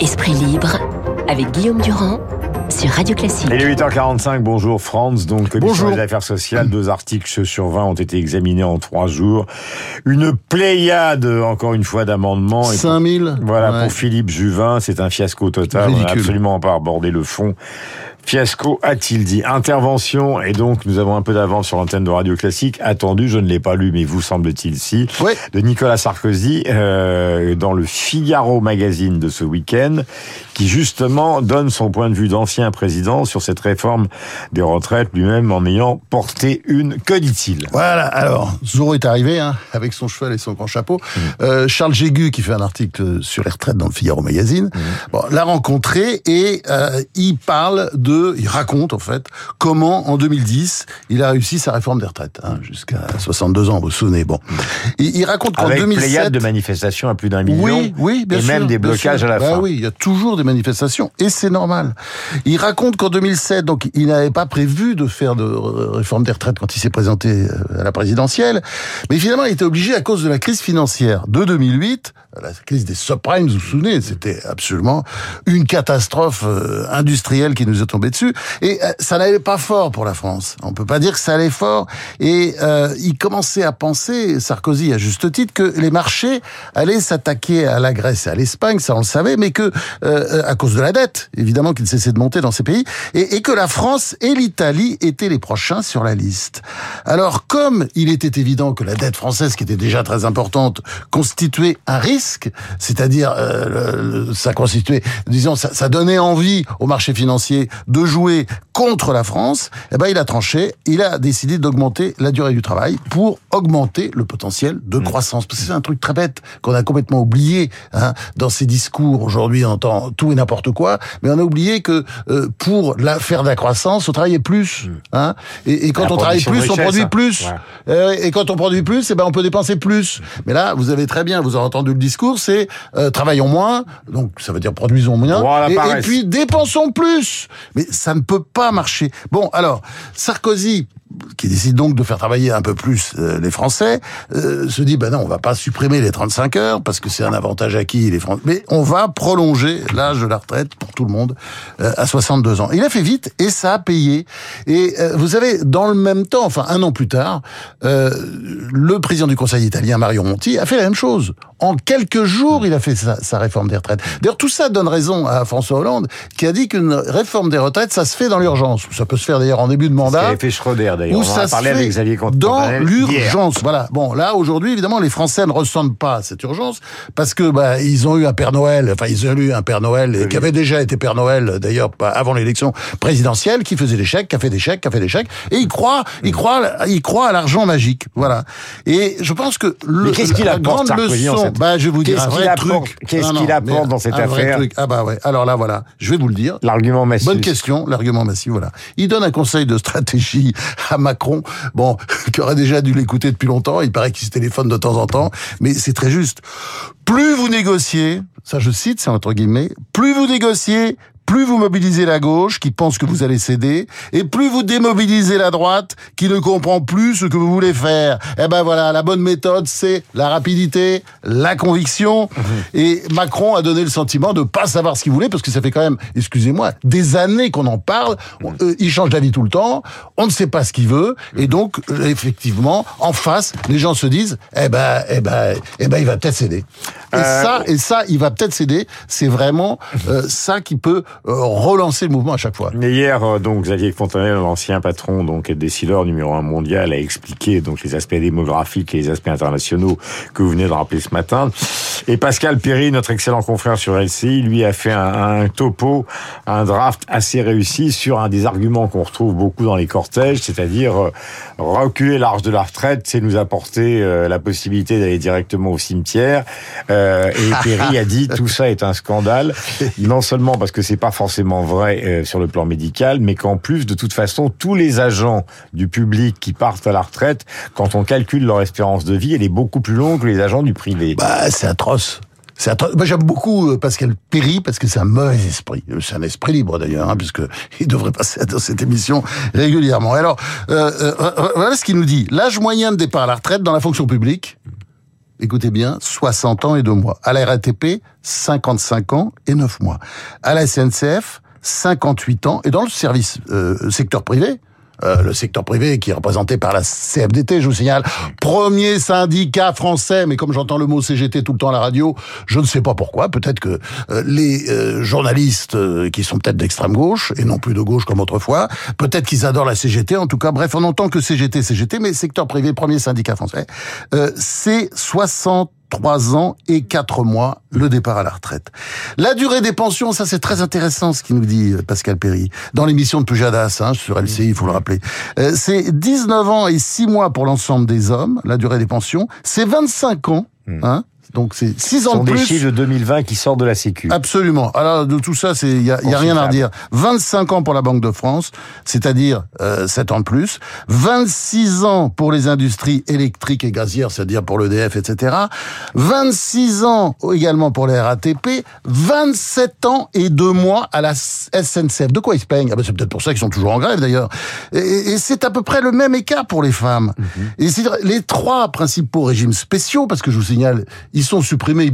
Esprit libre avec Guillaume Durand sur Radio Classique. Il est 8h45, bonjour France. Donc, commission des affaires sociales, 2 articles sur 20 ont été examinés en 3 jours. Une pléiade, encore une fois, d'amendements. 5000. Voilà, ouais. pour Philippe Juvin, c'est un fiasco total. Ridicule. On n'a absolument pas abordé le fond. Fiasco, a-t-il dit. Intervention, et donc nous avons un peu d'avance sur l'antenne de Radio Classique, attendu, je ne l'ai pas lu, mais vous semble-t-il si, ouais. de Nicolas Sarkozy, dans le Figaro magazine de ce week-end, qui justement donne son point de vue d'ancien président sur cette réforme des retraites, lui-même en ayant porté une. Que dit-il? Voilà, alors, Zorro est arrivé, avec son cheval et son grand chapeau. Charles Jégu, qui fait un article sur les retraites dans le Figaro magazine, l'a rencontré et il raconte en fait comment en 2010 il a réussi sa réforme des retraites, jusqu'à 62 ans, vous vous souvenez. Bon, il raconte qu'en 2007, avec pléiade de manifestations à plus d'1 million, oui, bien et sûr, même des blocages à la fin. Oui, il y a toujours des manifestations et c'est normal. Il raconte qu'en 2007, donc il n'avait pas prévu de faire de réforme des retraites quand il s'est présenté à la présidentielle, mais finalement il était obligé à cause de la crise financière de 2008, la crise des subprimes, vous vous souvenez, c'était absolument une catastrophe industrielle qui nous est tombée dessus. Et ça n'allait pas fort pour la France. On peut pas dire que ça allait fort. Et il commençait à penser, Sarkozy à juste titre, que les marchés allaient s'attaquer à la Grèce et à l'Espagne, ça on le savait, mais que à cause de la dette, évidemment, qui ne cessait de monter dans ces pays, et que la France et l'Italie étaient les prochains sur la liste. Alors, comme il était évident que la dette française, qui était déjà très importante, constituait un risque, c'est-à-dire ça constituait, disons, ça donnait envie aux marchés financiers de jouer contre la France, il a tranché, il a décidé d'augmenter la durée du travail pour augmenter le potentiel de croissance. Parce que c'est un truc très bête qu'on a complètement oublié dans ces discours. Aujourd'hui, on entend tout et n'importe quoi, mais on a oublié que pour faire de la croissance, on travaille plus. Et quand on travaille plus, on produit plus. Ouais. Et quand on produit plus, on peut dépenser plus. Mais là, vous avez très bien, vous avez entendu le discours, c'est travaillons moins, donc ça veut dire produisons moins, et puis dépensons plus. Mais ça ne peut pas marcher. Bon, alors, Sarkozy, qui décide donc de faire travailler un peu plus les Français, se dit, non, on va pas supprimer les 35 heures, parce que c'est un avantage acquis, les Français, mais on va prolonger l'âge de la retraite pour tout le monde à 62 ans. Il a fait vite, et ça a payé. Et vous savez, dans le même temps, enfin 1 an plus tard, le président du Conseil italien, Mario Monti, a fait la même chose. En quelques jours, il a fait sa réforme des retraites. D'ailleurs, tout ça donne raison à François Hollande, qui a dit qu'une réforme des retraites, ça se fait dans l'urgence. Ça peut se faire d'ailleurs en début de mandat. C'est ce qu'avait fait Schröder d'ailleurs. Où ça se fait dans l'urgence. Voilà. Bon, là, aujourd'hui, évidemment, les Français ne ressentent pas cette urgence parce que, ils ont eu un Père Noël, qui avait déjà été Père Noël, d'ailleurs, avant l'élection présidentielle, qui faisait des chèques, qui a fait des chèques, et il croit à l'argent magique. Voilà. Et je pense que mais qu'est-ce qu'il apporte, Sarkozy, en cette... je vais vous dire un vrai truc. Qu'est-ce qu'il apporte dans cette affaire? Alors là, voilà. Je vais vous le dire. L'argument massif. Bonne question, l'argument massif, voilà. Il donne un conseil de stratégie à Macron, qui aurait déjà dû l'écouter depuis longtemps, il paraît qu'il se téléphone de temps en temps, mais c'est très juste. Plus vous négociez, ça je cite, c'est entre guillemets, plus vous négociez, plus vous mobilisez la gauche, qui pense que vous allez céder, et plus vous démobilisez la droite, qui ne comprend plus ce que vous voulez faire. Voilà, la bonne méthode, c'est la rapidité, la conviction. Et Macron a donné le sentiment de pas savoir ce qu'il voulait, parce que ça fait quand même, excusez-moi, des années qu'on en parle. Il change d'avis tout le temps. On ne sait pas ce qu'il veut. Et donc, effectivement, en face, les gens se disent, il va peut-être céder. Et ça, il va peut-être céder. C'est vraiment ça qui peut relancer le mouvement à chaque fois. Mais hier, donc, Xavier Fontenelle, l'ancien patron, donc, décideur numéro 1 mondial, a expliqué, donc, les aspects démographiques et les aspects internationaux que vous venez de rappeler ce matin. Et Pascal Perry, notre excellent confrère sur LCI, lui a fait un topo, un draft assez réussi sur un des arguments qu'on retrouve beaucoup dans les cortèges, c'est-à-dire, reculer l'âge de la retraite, c'est nous apporter la possibilité d'aller directement au cimetière. Et Perry a dit, tout ça est un scandale. Non seulement parce que c'est pas forcément vrai sur le plan médical, mais qu'en plus, de toute façon, tous les agents du public qui partent à la retraite, quand on calcule leur espérance de vie, elle est beaucoup plus longue que les agents du privé. C'est atroce. Moi, j'aime beaucoup Pascal Perry parce que c'est un mauvais esprit. C'est un esprit libre d'ailleurs, puisque il devrait passer dans cette émission régulièrement. Alors, voilà ce qu'il nous dit. L'âge moyen de départ à la retraite dans la fonction publique, écoutez bien, 60 ans et 2 mois. À la RATP, 55 ans et 9 mois. À la SNCF, 58 ans. Et dans le service secteur privé, le secteur privé qui est représenté par la CFDT, je vous signale, premier syndicat français, mais comme j'entends le mot CGT tout le temps à la radio, je ne sais pas pourquoi, peut-être que les journalistes qui sont peut-être d'extrême gauche, et non plus de gauche comme autrefois, peut-être qu'ils adorent la CGT, en tout cas, bref, on entend que CGT, mais secteur privé, premier syndicat français, c'est 63 ans et 4 mois, le départ à la retraite. La durée des pensions, ça c'est très intéressant ce qu'il nous dit Pascal Perry, dans l'émission de Pujadas, sur LCI, il faut le rappeler. C'est 19 ans et 6 mois pour l'ensemble des hommes, la durée des pensions. C'est 25 ans, donc c'est 6 ans de plus. Ce sont des chiffres de 2020 qui sortent de la Sécu. Absolument. Alors de tout ça, il y a rien à redire. 25 ans pour la Banque de France, c'est-à-dire 7 ans de plus. 26 ans pour les industries électriques et gazières, c'est-à-dire pour l'EDF, etc. 26 ans également pour les RATP. 27 ans et 2 mois à la SNCF. De quoi ils se plaignent? C'est peut-être pour ça qu'ils sont toujours en grève d'ailleurs. Et c'est à peu près le même écart pour les femmes. Et c'est les 3 principaux régimes spéciaux, parce que je vous signale, ils sont supprimés,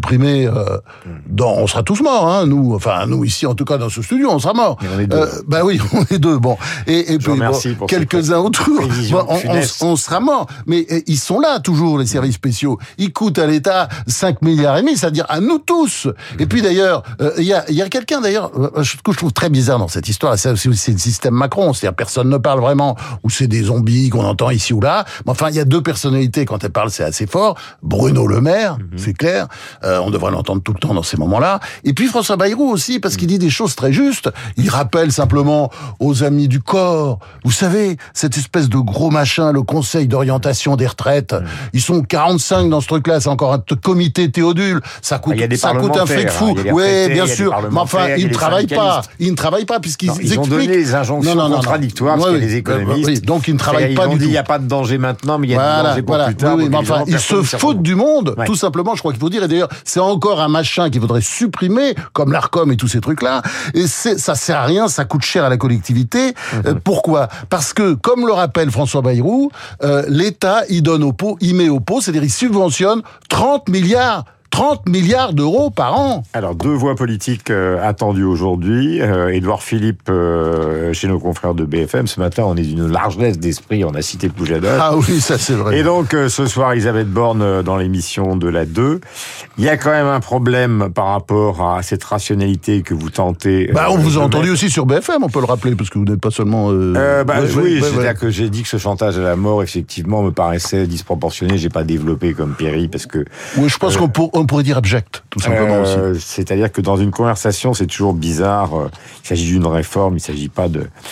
on sera tous morts, nous ici en tout cas dans ce studio, on sera morts. On est 2. Oui, on est 2. Bon, et puis pour quelques-uns autour, on sera morts. Mais ils sont là toujours, les services spéciaux. Ils coûtent à l'État 5 milliards et demi, c'est-à-dire à nous tous. Et puis d'ailleurs, il y a quelqu'un d'ailleurs que je trouve très bizarre dans cette histoire. C'est le système Macron, c'est-à-dire personne ne parle vraiment, ou c'est des zombies qu'on entend ici ou là. Mais enfin, il y a 2 personnalités quand elles parlent, c'est assez fort. Bruno Le Maire. C'est clair, on devrait l'entendre tout le temps dans ces moments-là. Et puis François Bayrou aussi, parce qu'il dit des choses très justes. Il rappelle simplement aux amis du corps, vous savez, cette espèce de gros machin, le Conseil d'orientation des retraites. Ils sont 45 dans ce truc-là, c'est encore un comité Théodule. Ça coûte un fric fou. Oui, bien sûr. Mais enfin, ils ne travaillent pas. Ils ne travaillent pas puisqu'ils ils ont donné des injonctions contradictoires parce qu'il y a des économistes. Donc ils ne travaillent pas du tout. Ils ont dit il n'y a pas de danger maintenant, mais il y a du danger pour plus tard. Mais enfin, ils se foutent du monde. Tout simplement, je crois qu'il faut dire, et d'ailleurs, c'est encore un machin qu'il faudrait supprimer, comme l'ARCOM et tous ces trucs-là, et ça sert à rien, ça coûte cher à la collectivité. Pourquoi? Parce que, comme le rappelle François Bayrou, l'État, il met au pot, c'est-à-dire il subventionne 30 milliards d'euros par an. Alors, 2 voix politiques attendues aujourd'hui. Édouard Philippe, chez nos confrères de BFM, ce matin, on est d'une largesse d'esprit, on a cité Pujadas. Ah oui, ça c'est vrai. Et donc, ce soir, Elisabeth Borne dans l'émission de la 2. Il y a quand même un problème par rapport à cette rationalité que vous tentez... on vous a entendu aussi sur BFM, on peut le rappeler, parce que vous n'êtes pas seulement... c'est-à-dire que j'ai dit que ce chantage à la mort, effectivement, me paraissait disproportionné. J'ai pas développé comme Perry, parce que... Oui, je pense qu'on pourrait dire abject, tout simplement aussi. C'est-à-dire que dans une conversation, c'est toujours bizarre. Il s'agit d'une réforme, il ne s'agit pas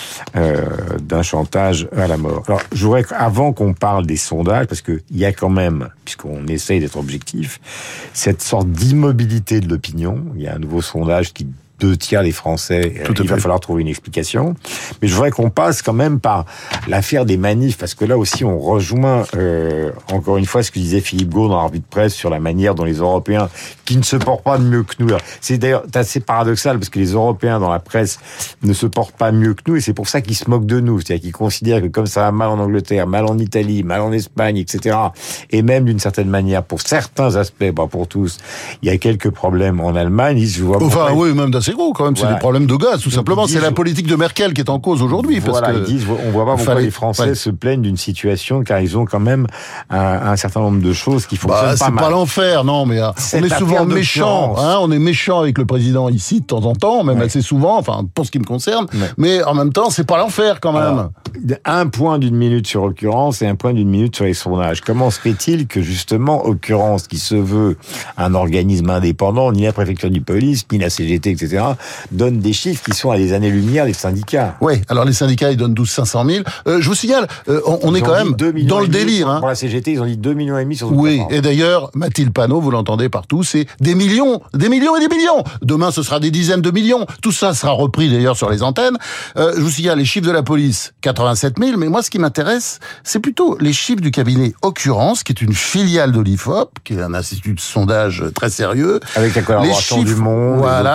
d'un chantage à la mort. Alors, je voudrais qu'avant qu'on parle des sondages, parce qu'il y a quand même, puisqu'on essaye d'être objectif, cette sorte d'immobilité de l'opinion. Il y a un nouveau sondage qui 2/3 des Français, il va falloir trouver une explication. Mais je voudrais qu'on passe quand même par l'affaire des manifs, parce que là aussi on rejoint encore une fois ce que disait Philippe Gaud dans la revue de presse sur la manière dont les Européens, qui ne se portent pas mieux que nous. C'est d'ailleurs assez paradoxal, parce que les Européens dans la presse ne se portent pas mieux que nous, et c'est pour ça qu'ils se moquent de nous. C'est-à-dire qu'ils considèrent que comme ça va mal en Angleterre, mal en Italie, mal en Espagne, etc., et même d'une certaine manière, pour certains aspects, pas pour tous, il y a quelques problèmes en Allemagne. Oui, même d'assez gros quand même, c'est des problèmes de gaz, tout simplement. C'est la politique de Merkel qui est en cause aujourd'hui. Ils disent, on voit pas pourquoi les Français se plaignent d'une situation, car ils ont quand même un certain nombre de choses qui fonctionnent pas mal. C'est pas l'enfer, non, mais on est souvent méchant. On est méchant avec le président ici de temps en temps, même assez souvent, enfin pour ce qui me concerne. Mais en même temps, c'est pas l'enfer quand même. Alors, un point d'une minute sur Occurrence et un point d'une minute sur les sondages. Comment se fait-il que justement Occurrence, qui se veut un organisme indépendant, ni la préfecture du police, ni la CGT, etc., donne des chiffres qui sont à des années-lumière des syndicats. Oui, alors les syndicats, ils donnent 500 000. Je vous signale, on est quand même dans le délire. Pour la CGT, ils ont dit 2,5 millions sur Oui, et d'ailleurs, Mathilde Panot, vous l'entendez partout, c'est des millions et des millions. Demain, ce sera des dizaines de millions. Tout ça sera repris d'ailleurs sur les antennes. Je vous signale les chiffres de la police, 87 000. Mais moi, ce qui m'intéresse, c'est plutôt les chiffres du cabinet Occurrence, qui est une filiale de l'IFOP, qui est un institut de sondage très sérieux. Avec la collaboration du Monde. Voilà. Bon, les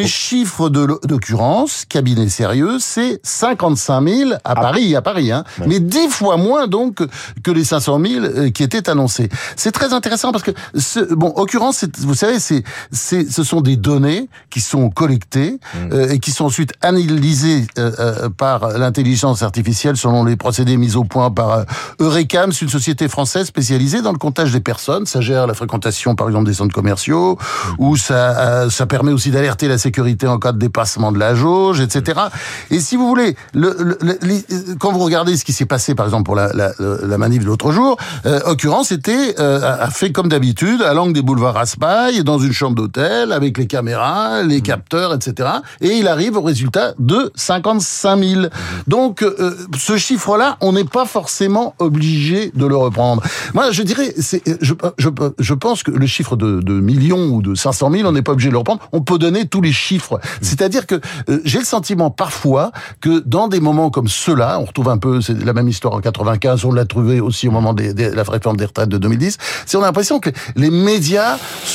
chiffres de l'occurrence, cabinet sérieux, c'est 55 000 à Paris, hein. Ouais. Mais 10 fois moins donc que les 500 000 qui étaient annoncés. C'est très intéressant parce que occurrence, vous savez, ce sont des données qui sont collectées et qui sont ensuite analysées par l'intelligence artificielle selon les procédés mis au point par Eurecam, c'est une société française spécialisée dans le comptage des personnes. Ça gère la fréquentation, par exemple, des centres commerciaux, ou ça permet aussi d'alerter la sécurité en cas de dépassement de la jauge, etc. Et si vous voulez, quand vous regardez ce qui s'est passé, par exemple, pour la manif de l'autre jour, Occurrence a fait comme d'habitude, à l'angle des boulevards Raspail, dans une chambre d'hôtel, avec les caméras, les capteurs, etc. Et il arrive au résultat de 55 000. Donc, ce chiffre-là, on n'est pas forcément obligé de le reprendre. Moi, je dirais, je pense que le chiffre de millions ou de 500 000, on n'est pas obligé de le reprendre. On peut donner tous les chiffres. C'est-à-dire que j'ai le sentiment parfois que dans des moments comme ceux-là, on retrouve un peu, c'est la même histoire en 95, on l'a trouvé aussi au moment de la réforme des retraites de 2010. On a l'impression que les médias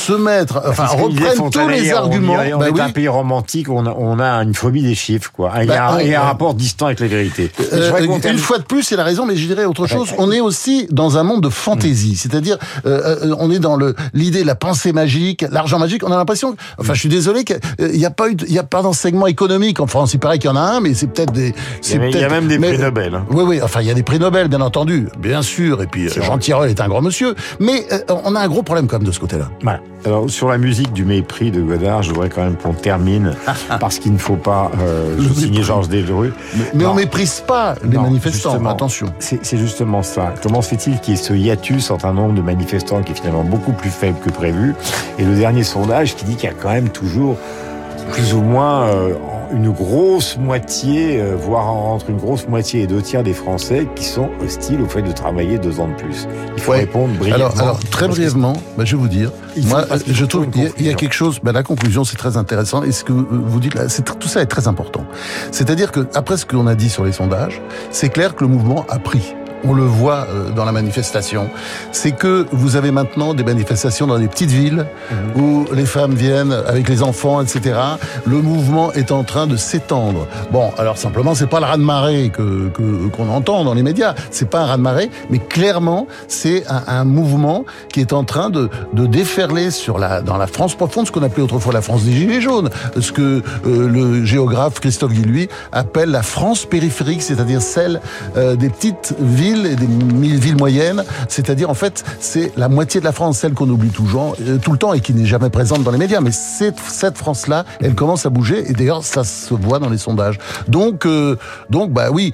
reprennent tous les arguments. On est un pays romantique, on a une phobie des chiffres, quoi. Il y a un rapport distant avec la vérité. Une fois de plus, c'est la raison, mais je dirais autre chose. On est aussi dans un monde de fantaisie. C'est-à-dire, on est dans l'idée, la pensée magique, l'argent magique. On a l'impression, je suis désolé qu'il n'y a pas d'enseignement économique en France. Il paraît qu'il y en a un, mais c'est peut-être des... Il y a même des prix Nobel. Oui, il y a des prix Nobel, bien entendu, bien sûr. Et puis, Jean Tirole est un grand monsieur. Mais on a un gros problème quand même de ce côté-là. Voilà. Alors, sur la musique du mépris de Godard, je voudrais quand même qu'on termine, parce qu'il ne faut pas signer Georges Delerue. Mais on méprise pas les manifestants, attention. C'est justement ça. Comment se fait-il qu'il y ait ce hiatus entre un nombre de manifestants qui est finalement beaucoup plus faible que prévu, et le dernier sondage qui dit qu'il y a quand même toujours plus ou moins une grosse moitié, voire entre une grosse moitié et 2 tiers des Français qui sont hostiles au fait de travailler 2 ans de plus. Il faut répondre brièvement. Alors très brièvement, je vais vous dire, moi je trouve qu'il y a quelque chose, la conclusion c'est très intéressant, et ce que vous dites là, tout ça est très important. C'est-à-dire que après ce qu'on a dit sur les sondages, c'est clair que le mouvement a pris. On le voit dans la manifestation, c'est que vous avez maintenant des manifestations dans des petites villes où les femmes viennent avec les enfants, etc. Le mouvement est en train de s'étendre. Bon, alors simplement, c'est pas le raz-de-marée qu'on entend dans les médias. C'est pas un raz-de-marée, mais clairement, c'est un mouvement qui est en train de déferler dans la France profonde, ce qu'on appelait autrefois la France des Gilets jaunes, ce que le géographe Christophe Guilluy appelle la France périphérique, c'est-à-dire celle des petites villes et des villes moyennes, c'est-à-dire en fait c'est la moitié de la France, celle qu'on oublie tout le temps et qui n'est jamais présente dans les médias, mais cette France-là, elle commence à bouger, et d'ailleurs ça se voit dans les sondages. Donc oui,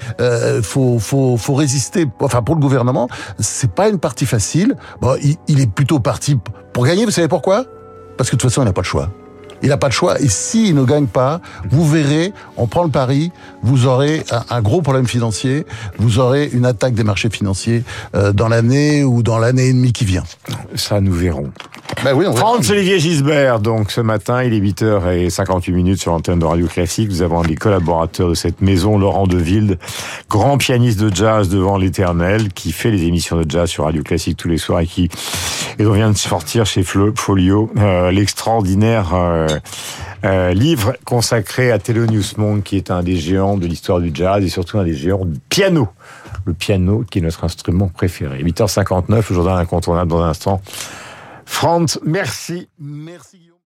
faut résister. Enfin, pour le gouvernement, c'est pas une partie facile. Bon, il est plutôt parti pour gagner. Vous savez pourquoi ? Parce que de toute façon, il n'a pas le choix. Il n'a pas de choix, et s'il ne gagne pas, vous verrez, on prend le pari, vous aurez un gros problème financier, vous aurez une attaque des marchés financiers dans l'année ou dans l'année et demie qui vient. Ça, nous verrons. Oui, Franz-Olivier Gisbert, donc ce matin, il est 8h58 sur l'antenne de Radio Classique. Nous avons un des collaborateurs de cette maison, Laurent Deville, grand pianiste de jazz devant l'éternel, qui fait les émissions de jazz sur Radio Classique tous les soirs et on vient de sortir chez Folio l'extraordinaire livre consacré à Thelonious Monk, qui est un des géants de l'histoire du jazz et surtout un des géants du piano. Le piano qui est notre instrument préféré. 8h59, aujourd'hui incontournable dans un instant. Franz, merci. Merci.